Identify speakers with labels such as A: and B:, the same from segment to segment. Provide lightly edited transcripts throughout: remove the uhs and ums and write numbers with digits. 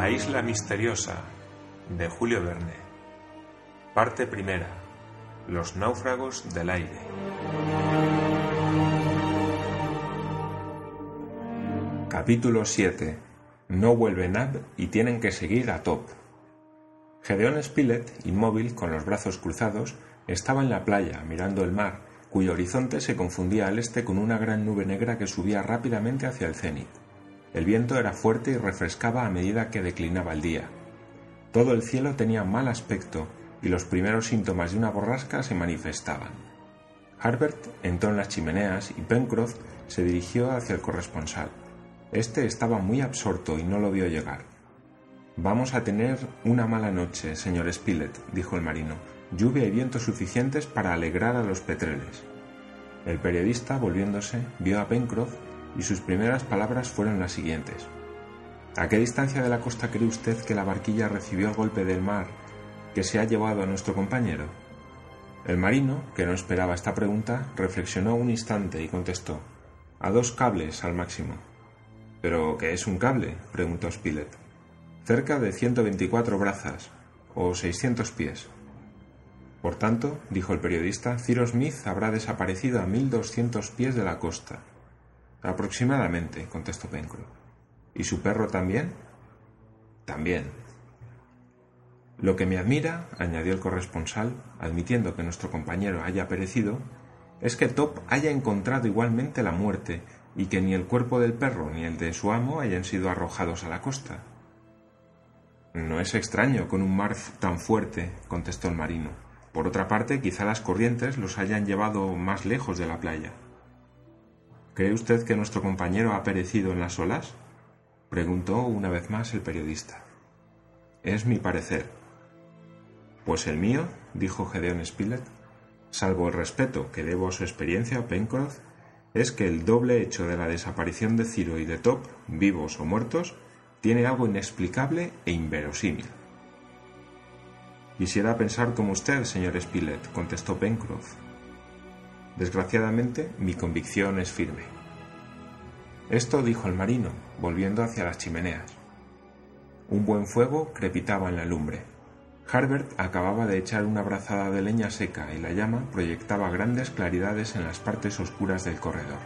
A: La isla misteriosa de Julio Verne. Parte primera. Los náufragos del aire. Capítulo 7. No vuelve Nab y tienen que seguir a Top. Gedeón Spilett, inmóvil, con los brazos cruzados, estaba en la playa, mirando el mar, cuyo horizonte se confundía al este con una gran nube negra que subía rápidamente hacia el cénit. El viento era fuerte y refrescaba a medida que declinaba el día. Todo el cielo tenía mal aspecto y los primeros síntomas de una borrasca se manifestaban. Harbert entró en las chimeneas y Pencroff se dirigió hacia el corresponsal. Este estaba muy absorto y no lo vio llegar. «Vamos a tener una mala noche, señor Spilett», dijo el marino. «Lluvia y viento suficientes para alegrar a los petreles». El periodista, volviéndose, vio a Pencroff y sus primeras palabras fueron las siguientes. «¿A qué distancia de la costa cree usted que la barquilla recibió el golpe del mar que se ha llevado a nuestro compañero?» El marino, que no esperaba esta pregunta, reflexionó un instante y contestó: «A 2 cables al máximo». «¿Pero qué es un cable?», preguntó Spilett. «Cerca de 124 brazas, o 600 pies». «Por tanto», dijo el periodista, «Cyrus Smith habrá desaparecido a 1200 pies de la costa». «Aproximadamente», contestó Pencroff. «¿Y su perro también?» «También». «Lo que me admira», añadió el corresponsal, admitiendo que nuestro compañero haya perecido, «es que Top haya encontrado igualmente la muerte y que ni el cuerpo del perro ni el de su amo hayan sido arrojados a la costa». «No es extraño con un mar tan fuerte», contestó el marino. «Por otra parte, quizá las corrientes los hayan llevado más lejos de la playa». «¿Cree usted que nuestro compañero ha perecido en las olas?», preguntó una vez más el periodista. «Es mi parecer». «Pues el mío», dijo Gedeón Spilett, «salvo el respeto que debo a su experiencia, Pencroff, es que el doble hecho de la desaparición de Ciro y de Top, vivos o muertos, tiene algo inexplicable e inverosímil». «Quisiera pensar como usted, señor Spilett», contestó Pencroff. «Desgraciadamente, mi convicción es firme». Esto dijo el marino, volviendo hacia las chimeneas. Un buen fuego crepitaba en la lumbre. Harbert acababa de echar una brazada de leña seca y la llama proyectaba grandes claridades en las partes oscuras del corredor.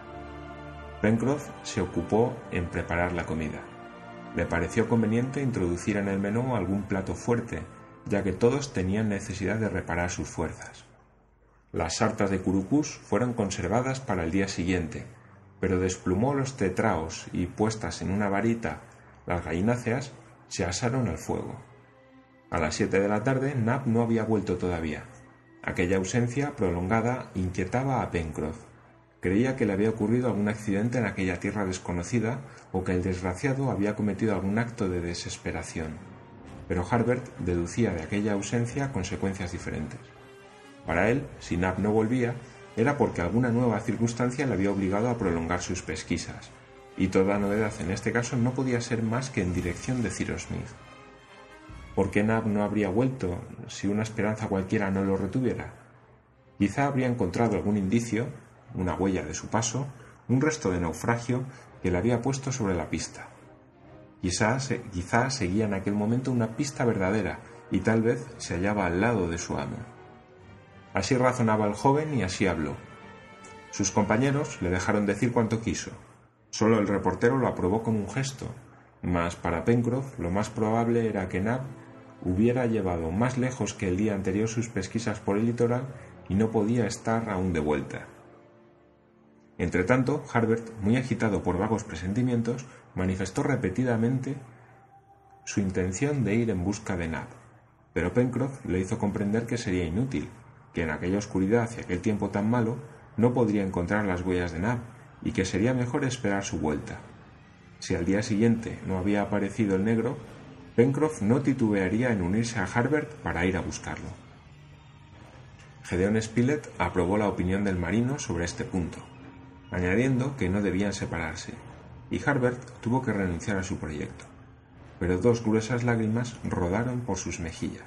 A: Pencroff se ocupó en preparar la comida. Le pareció conveniente introducir en el menú algún plato fuerte, ya que todos tenían necesidad de reparar sus fuerzas. Las sartas de curucús fueron conservadas para el día siguiente, pero desplumó los tetraos y, puestas en una varita las gallináceas, se asaron al fuego. A las 7 de la tarde Nab no había vuelto todavía. Aquella ausencia prolongada inquietaba a Pencroff. Creía que le había ocurrido algún accidente en aquella tierra desconocida o que el desgraciado había cometido algún acto de desesperación. Pero Harbert deducía de aquella ausencia consecuencias diferentes. Para él, si Nab no volvía, era porque alguna nueva circunstancia le había obligado a prolongar sus pesquisas, y toda novedad en este caso no podía ser más que en dirección de Cyrus Smith. ¿Por qué Nab no habría vuelto si una esperanza cualquiera no lo retuviera? Quizá habría encontrado algún indicio, una huella de su paso, un resto de naufragio que le había puesto sobre la pista. Quizá seguía en aquel momento una pista verdadera y tal vez se hallaba al lado de su amo. Así razonaba el joven y así habló. Sus compañeros le dejaron decir cuanto quiso. Solo el reportero lo aprobó con un gesto, mas para Pencroff lo más probable era que Nab hubiera llevado más lejos que el día anterior sus pesquisas por el litoral y no podía estar aún de vuelta. Entretanto, Harbert, muy agitado por vagos presentimientos, manifestó repetidamente su intención de ir en busca de Nab, pero Pencroff le hizo comprender que sería inútil, que en aquella oscuridad y aquel tiempo tan malo no podría encontrar las huellas de Nab y que sería mejor esperar su vuelta. Si al día siguiente no había aparecido el negro, Pencroff no titubearía en unirse a Harbert para ir a buscarlo. Gedeón Spilett aprobó la opinión del marino sobre este punto, añadiendo que no debían separarse, y Harbert tuvo que renunciar a su proyecto, pero 2 gruesas lágrimas rodaron por sus mejillas.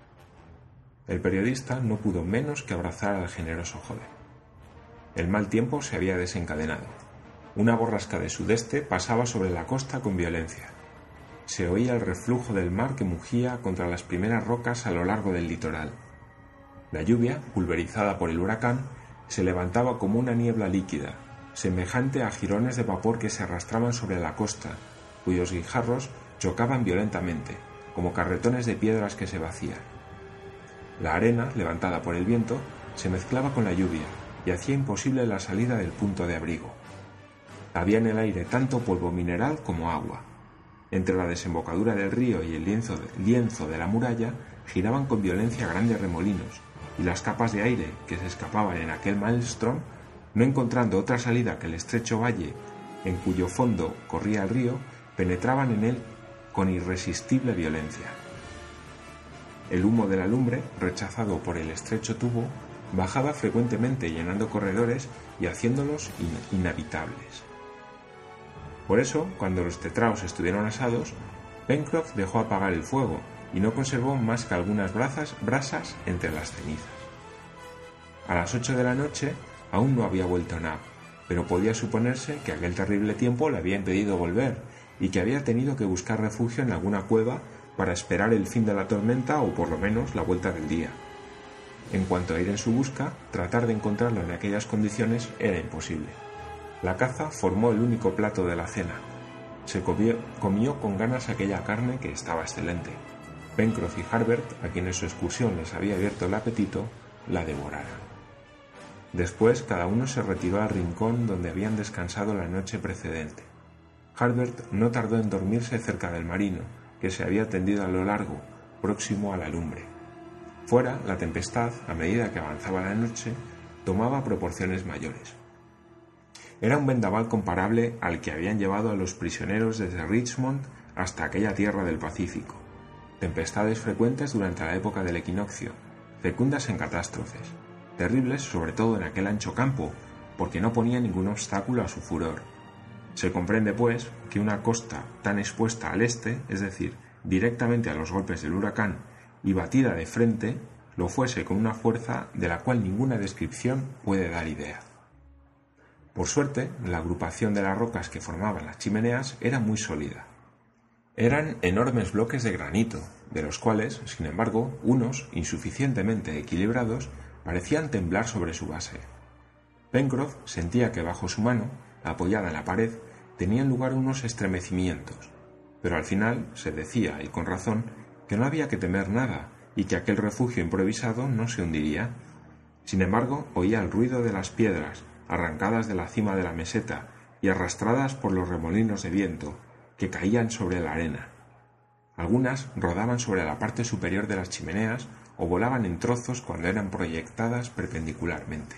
A: El periodista no pudo menos que abrazar al generoso joven. El mal tiempo se había desencadenado. Una borrasca de sudeste pasaba sobre la costa con violencia. se oía el reflujo del mar que mugía contra las primeras rocas a lo largo del litoral. La lluvia, pulverizada por el huracán, se levantaba como una niebla líquida, semejante a jirones de vapor que se arrastraban sobre la costa, cuyos guijarros chocaban violentamente, como carretones de piedras que se vacían. La arena, levantada por el viento, se mezclaba con la lluvia y hacía imposible la salida del punto de abrigo. Había en el aire tanto polvo mineral como agua. Entre la desembocadura del río y el lienzo de la muralla giraban con violencia grandes remolinos, y las capas de aire que se escapaban en aquel maelstrom, no encontrando otra salida que el estrecho valle en cuyo fondo corría el río, penetraban en él con irresistible violencia. El humo de la lumbre, rechazado por el estrecho tubo, bajaba frecuentemente llenando corredores y haciéndolos inhabitables. Por eso, cuando los tetraos estuvieron asados, Pencroff dejó apagar el fuego y no conservó más que algunas brasas entre las cenizas. A las 8 de la noche aún no había vuelto Nab, pero podía suponerse que aquel terrible tiempo le había impedido volver y que había tenido que buscar refugio en alguna cueva para esperar el fin de la tormenta o por lo menos la vuelta del día. En cuanto a ir en su busca, tratar de encontrarlo en aquellas condiciones era imposible. La caza formó el único plato de la cena. Se comió con ganas aquella carne que estaba excelente. Pencroff y Harbert, a quienes su excursión les había abierto el apetito, la devoraron. Después cada uno se retiró al rincón donde habían descansado la noche precedente. Harbert no tardó en dormirse cerca del marino, que se había tendido a lo largo, próximo a la lumbre. Fuera, la tempestad, a medida que avanzaba la noche, tomaba proporciones mayores. Era un vendaval comparable al que habían llevado a los prisioneros desde Richmond hasta aquella tierra del Pacífico. Tempestades frecuentes durante la época del equinoccio, fecundas en catástrofes, terribles sobre todo en aquel ancho campo, porque no ponía ningún obstáculo a su furor. Se comprende, pues, que una costa tan expuesta al este, es decir, directamente a los golpes del huracán, y batida de frente, lo fuese con una fuerza de la cual ninguna descripción puede dar idea. Por suerte, la agrupación de las rocas que formaban las chimeneas era muy sólida. Eran enormes bloques de granito, de los cuales, sin embargo, unos, insuficientemente equilibrados, parecían temblar sobre su base. Pencroff sentía que bajo su mano, apoyada en la pared, tenían lugar unos estremecimientos, pero al final se decía, y con razón, que no había que temer nada y que aquel refugio improvisado no se hundiría. Sin embargo, oía el ruido de las piedras, arrancadas de la cima de la meseta y arrastradas por los remolinos de viento que caían sobre la arena. Algunas rodaban sobre la parte superior de las chimeneas o volaban en trozos cuando eran proyectadas perpendicularmente.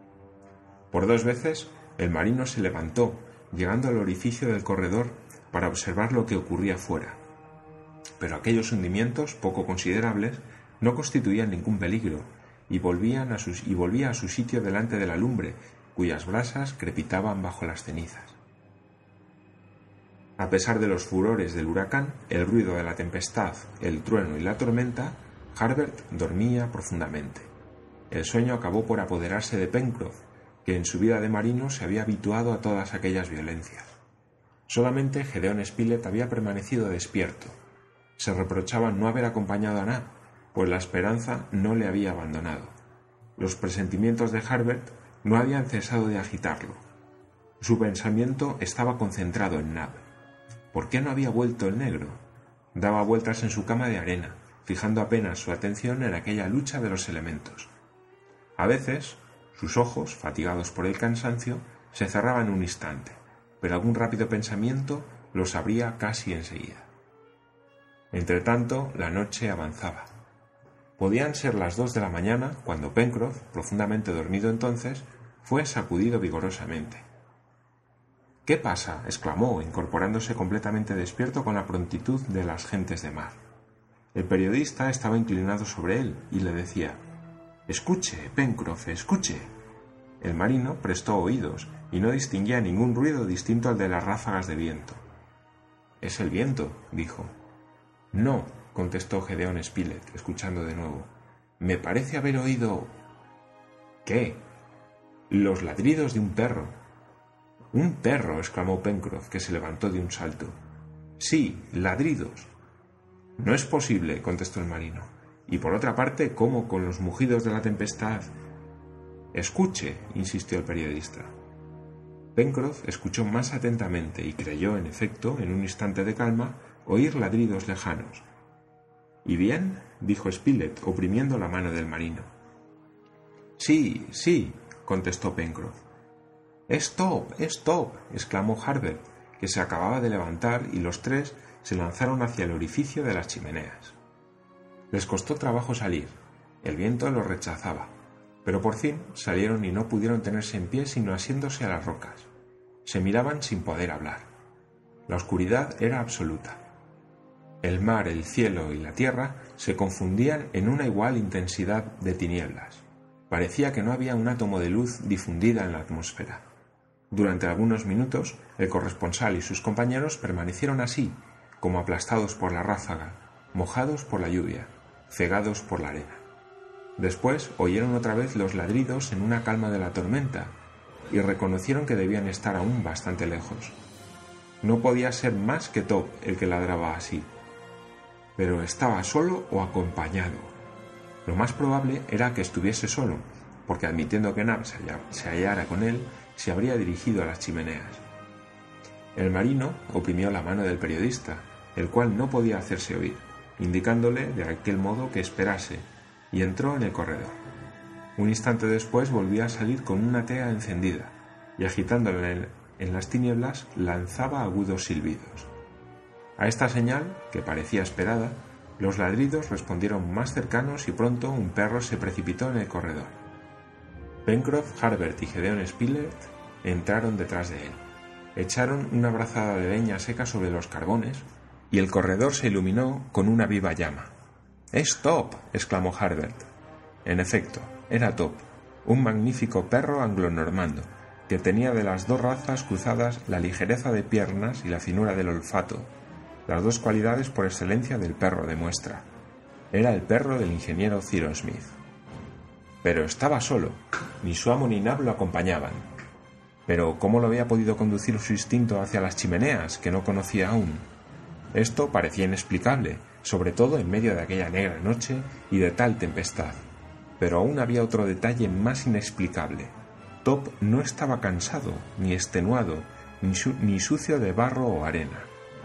A: Por 2 veces el marino se levantó, llegando al orificio del corredor para observar lo que ocurría fuera. Pero aquellos hundimientos, poco considerables, no constituían ningún peligro, y volvía a su sitio delante de la lumbre, cuyas brasas crepitaban bajo las cenizas. A pesar de los furores del huracán, el ruido de la tempestad, el trueno y la tormenta, Harbert dormía profundamente. El sueño acabó por apoderarse de Pencroff, que en su vida de marino se había habituado a todas aquellas violencias. Solamente Gedeón Spilett había permanecido despierto. Se reprochaba no haber acompañado a Nab, pues la esperanza no le había abandonado. Los presentimientos de Harbert no habían cesado de agitarlo. Su pensamiento estaba concentrado en Nab. ¿Por qué no había vuelto el negro? Daba vueltas en su cama de arena, fijando apenas su atención en aquella lucha de los elementos. A veces, sus ojos, fatigados por el cansancio, se cerraban un instante, pero algún rápido pensamiento los abría casi enseguida. Entretanto, la noche avanzaba. Podían ser las 2 de la mañana cuando Pencroff, profundamente dormido entonces, fue sacudido vigorosamente. «¿Qué pasa?», exclamó, incorporándose completamente despierto con la prontitud de las gentes de mar. El periodista estaba inclinado sobre él y le decía: «Escuche, Pencroff, escuche». El marino prestó oídos y no distinguía ningún ruido distinto al de las ráfagas de viento. «Es el viento», dijo. «No», contestó Gedeón Spilett, escuchando de nuevo. «Me parece haber oído...» «¿Qué?» «Los ladridos de un perro». «¿Un perro?», exclamó Pencroff, que se levantó de un salto. Sí, ladridos. No es posible, contestó el marino. Y por otra parte, ¿cómo con los mugidos de la tempestad? Escuche, insistió el periodista. Pencroff escuchó más atentamente y creyó, en efecto, en un instante de calma, oír ladridos lejanos. ¿Y bien?, dijo Spilett, oprimiendo la mano del marino. Sí, sí, contestó Pencroff. —¡Es Top! ¡Es Top! —exclamó Harbert, que se acababa de levantar, y los tres se lanzaron hacia el orificio de las chimeneas. Les costó trabajo salir. El viento los rechazaba, pero por fin salieron y no pudieron tenerse en pie sino asiéndose a las rocas. Se miraban sin poder hablar. La oscuridad era absoluta. El mar, el cielo y la tierra se confundían en una igual intensidad de tinieblas. Parecía que no había un átomo de luz difundida en la atmósfera. Durante algunos minutos, el corresponsal y sus compañeros permanecieron así, como aplastados por la ráfaga, mojados por la lluvia, cegados por la arena. Después oyeron otra vez los ladridos en una calma de la tormenta y reconocieron que debían estar aún bastante lejos. No podía ser más que Top el que ladraba así. Pero ¿estaba solo o acompañado? Lo más probable era que estuviese solo, porque admitiendo que Nab se hallara con él, se habría dirigido a las chimeneas. El marino oprimió la mano del periodista, el cual no podía hacerse oír, indicándole de aquel modo que esperase, y entró en el corredor. Un instante después volvió a salir con una tea encendida, y agitándola en las tinieblas lanzaba agudos silbidos. A esta señal, que parecía esperada, los ladridos respondieron más cercanos y pronto un perro se precipitó en el corredor. Pencroff, Harbert y Gédéon Spilett entraron detrás de él. Echaron una brazada de leña seca sobre los carbones y el corredor se iluminó con una viva llama. —¡Es Top! —exclamó Harbert. En efecto, era Top, un magnífico perro anglo-normando, que tenía de las dos razas cruzadas la ligereza de piernas y la finura del olfato, las dos cualidades por excelencia del perro de muestra. Era el perro del ingeniero Cyrus Smith. Pero estaba solo, ni su amo ni Nab lo acompañaban. Pero ¿cómo lo había podido conducir su instinto hacia las chimeneas, que no conocía aún? Esto parecía inexplicable, sobre todo en medio de aquella negra noche y de tal tempestad. Pero aún había otro detalle más inexplicable. Top no estaba cansado, ni extenuado, ni sucio de barro o arena.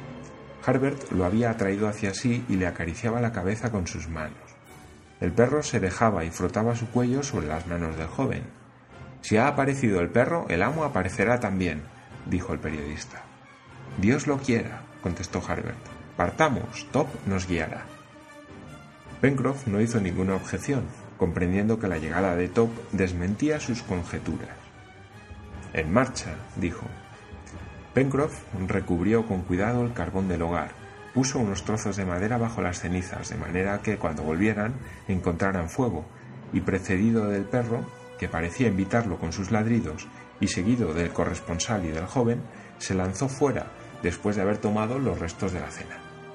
A: Harbert lo había atraído hacia sí y le acariciaba la cabeza con sus manos. El perro se dejaba y frotaba su cuello sobre las manos del joven. «Si ha aparecido el perro, el amo aparecerá también», dijo el periodista. «Dios lo quiera», contestó Harbert. «Partamos, Top nos guiará». Pencroff no hizo ninguna objeción, comprendiendo que la llegada de Top desmentía sus conjeturas. «En marcha», dijo. Pencroff recubrió con cuidado el carbón del hogar, puso unos trozos de madera bajo las cenizas, de manera que cuando volvieran encontraran fuego, y precedido del perro, que parecía invitarlo con sus ladridos, y seguido del corresponsal y del joven, se lanzó fuera, después de haber tomado los restos de la cena.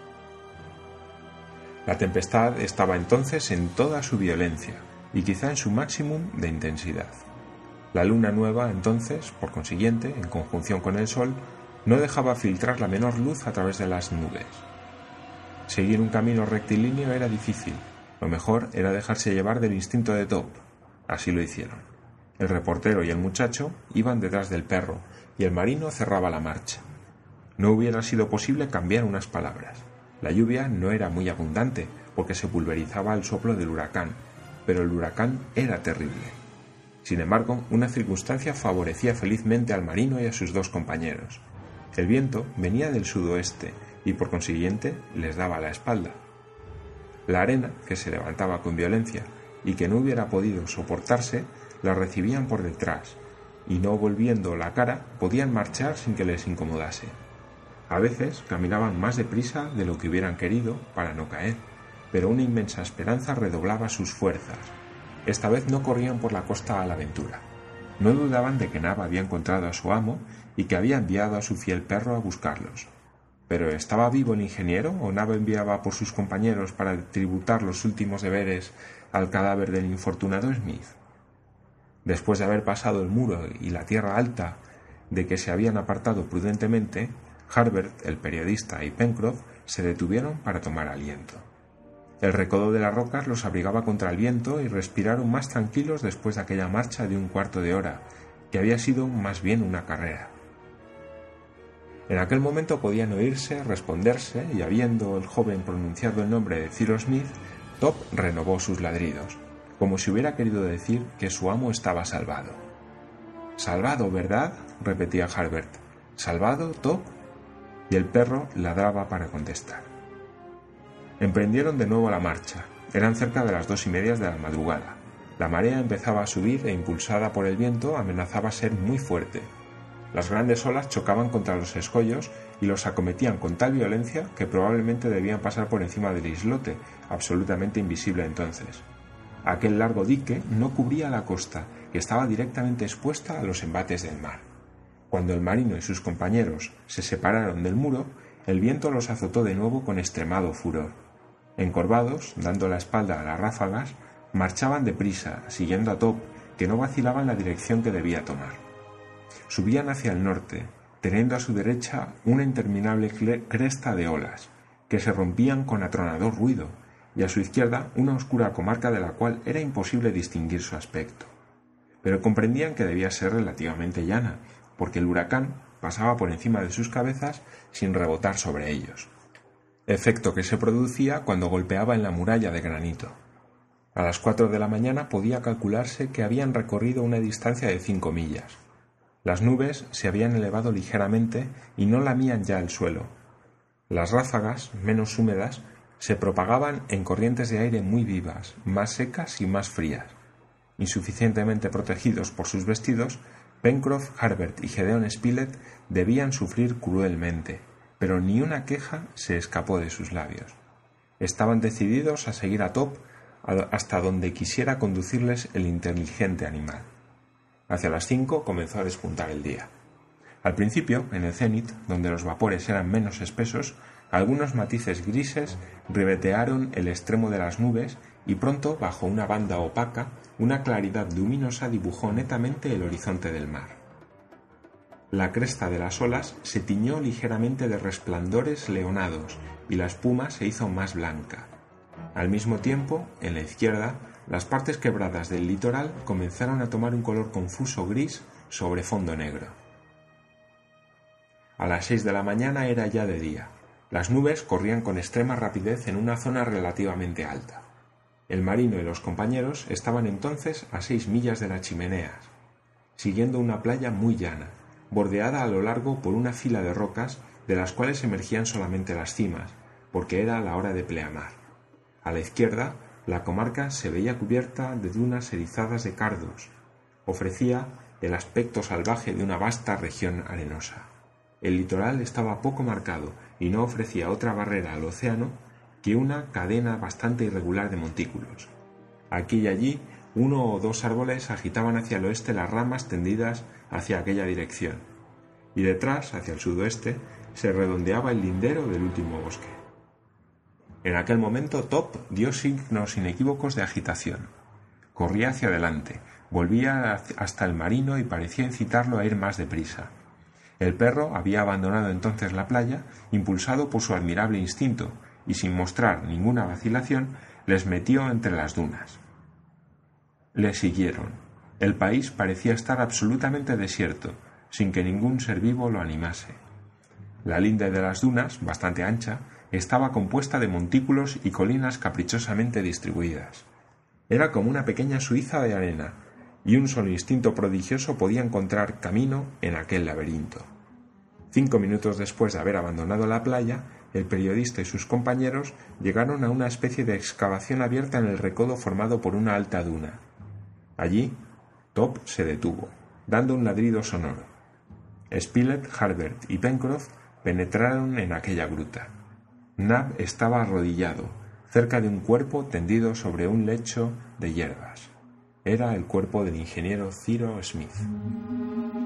A: La tempestad estaba entonces en toda su violencia, y quizá en su máximum de intensidad. La luna nueva, entonces, por consiguiente, en conjunción con el sol, no dejaba filtrar la menor luz a través de las nubes. Seguir un camino rectilíneo era difícil. Lo mejor era dejarse llevar del instinto de Top. Así lo hicieron. El reportero y el muchacho iban detrás del perro, y el marino cerraba la marcha. No hubiera sido posible cambiar unas palabras. La lluvia no era muy abundante, porque se pulverizaba al soplo del huracán, pero el huracán era terrible. Sin embargo, una circunstancia favorecía felizmente al marino y a sus dos compañeros. El viento venía del sudoeste y, por consiguiente, les daba la espalda. La arena, que se levantaba con violencia y que no hubiera podido soportarse, la recibían por detrás, y no volviendo la cara podían marchar sin que les incomodase. A veces caminaban más deprisa de lo que hubieran querido para no caer, pero una inmensa esperanza redoblaba sus fuerzas. Esta vez no corrían por la costa a la aventura. No dudaban de que Nab había encontrado a su amo y que había enviado a su fiel perro a buscarlos. ¿Pero estaba vivo el ingeniero o Nab enviaba por sus compañeros para tributar los últimos deberes al cadáver del infortunado Smith? Después de haber pasado el muro y la tierra alta de que se habían apartado prudentemente, Harbert, el periodista, y Pencroff se detuvieron para tomar aliento. El recodo de las rocas los abrigaba contra el viento y respiraron más tranquilos después de aquella marcha de un cuarto de hora, que había sido más bien una carrera. En aquel momento podían oírse, responderse, y habiendo el joven pronunciado el nombre de Cyrus Smith, Top renovó sus ladridos, como si hubiera querido decir que su amo estaba salvado. «Salvado, ¿verdad?», repetía Harbert. «¿Salvado, Top?». Y el perro ladraba para contestar. Emprendieron de nuevo la marcha. Eran cerca de las 2:30 de la madrugada. La marea empezaba a subir e, impulsada por el viento, amenazaba ser muy fuerte. Las grandes olas chocaban contra los escollos y los acometían con tal violencia que probablemente debían pasar por encima del islote, absolutamente invisible entonces. Aquel largo dique no cubría la costa y estaba directamente expuesta a los embates del mar. Cuando el marino y sus compañeros se separaron del muro, el viento los azotó de nuevo con extremado furor. Encorvados, dando la espalda a las ráfagas, marchaban deprisa, siguiendo a Top, que no vacilaba en la dirección que debía tomar. Subían hacia el norte, teniendo a su derecha una interminable cresta de olas, que se rompían con atronador ruido, y a su izquierda una oscura comarca de la cual era imposible distinguir su aspecto. Pero comprendían que debía ser relativamente llana, porque el huracán pasaba por encima de sus cabezas sin rebotar sobre ellos, efecto que se producía cuando golpeaba en la muralla de granito. A las 4 de la mañana podía calcularse que habían recorrido una distancia de 5 millas. Las nubes se habían elevado ligeramente y no lamían ya el suelo. Las ráfagas, menos húmedas, se propagaban en corrientes de aire muy vivas, más secas y más frías. Insuficientemente protegidos por sus vestidos, Pencroff, Harbert y Gedeón Spilett debían sufrir cruelmente, pero ni una queja se escapó de sus labios. Estaban decididos a seguir a Top hasta donde quisiera conducirles el inteligente animal. Hacia las 5 comenzó a despuntar el día. Al principio, en el cénit, donde los vapores eran menos espesos, algunos matices grises ribetearon el extremo de las nubes y pronto, bajo una banda opaca, una claridad luminosa dibujó netamente el horizonte del mar. La cresta de las olas se tiñó ligeramente de resplandores leonados y la espuma se hizo más blanca. Al mismo tiempo, en la izquierda, las partes quebradas del litoral comenzaron a tomar un color confuso gris sobre fondo negro. A las 6 de la mañana era ya de día. Las nubes corrían con extrema rapidez en una zona relativamente alta. El marino y los compañeros estaban entonces a 6 millas de las chimeneas, siguiendo una playa muy llana, bordeada a lo largo por una fila de rocas de las cuales emergían solamente las cimas, porque era la hora de pleamar. A la izquierda, la comarca se veía cubierta de dunas erizadas de cardos. Ofrecía el aspecto salvaje de una vasta región arenosa. El litoral estaba poco marcado y no ofrecía otra barrera al océano que una cadena bastante irregular de montículos. Aquí y allí, 1 o 2 árboles agitaban hacia el oeste las ramas tendidas hacia aquella dirección, y detrás, hacia el sudoeste, se redondeaba el lindero del último bosque. En aquel momento Top dio signos inequívocos de agitación. Corría hacia adelante, volvía hasta el marino y parecía incitarlo a ir más deprisa. El perro había abandonado entonces la playa, impulsado por su admirable instinto, y sin mostrar ninguna vacilación, les metió entre las dunas. Le siguieron. El país parecía estar absolutamente desierto, sin que ningún ser vivo lo animase. La linde de las dunas, bastante ancha, estaba compuesta de montículos y colinas caprichosamente distribuidas. Era como una pequeña Suiza de arena, y un solo instinto prodigioso podía encontrar camino en aquel laberinto. 5 minutos después de haber abandonado la playa, el periodista y sus compañeros llegaron a una especie de excavación abierta en el recodo formado por una alta duna. Allí, Top se detuvo, dando un ladrido sonoro. Spilett, Harbert y Pencroff penetraron en aquella gruta. Nab estaba arrodillado, cerca de un cuerpo tendido sobre un lecho de hierbas. Era el cuerpo del ingeniero Cyrus Smith.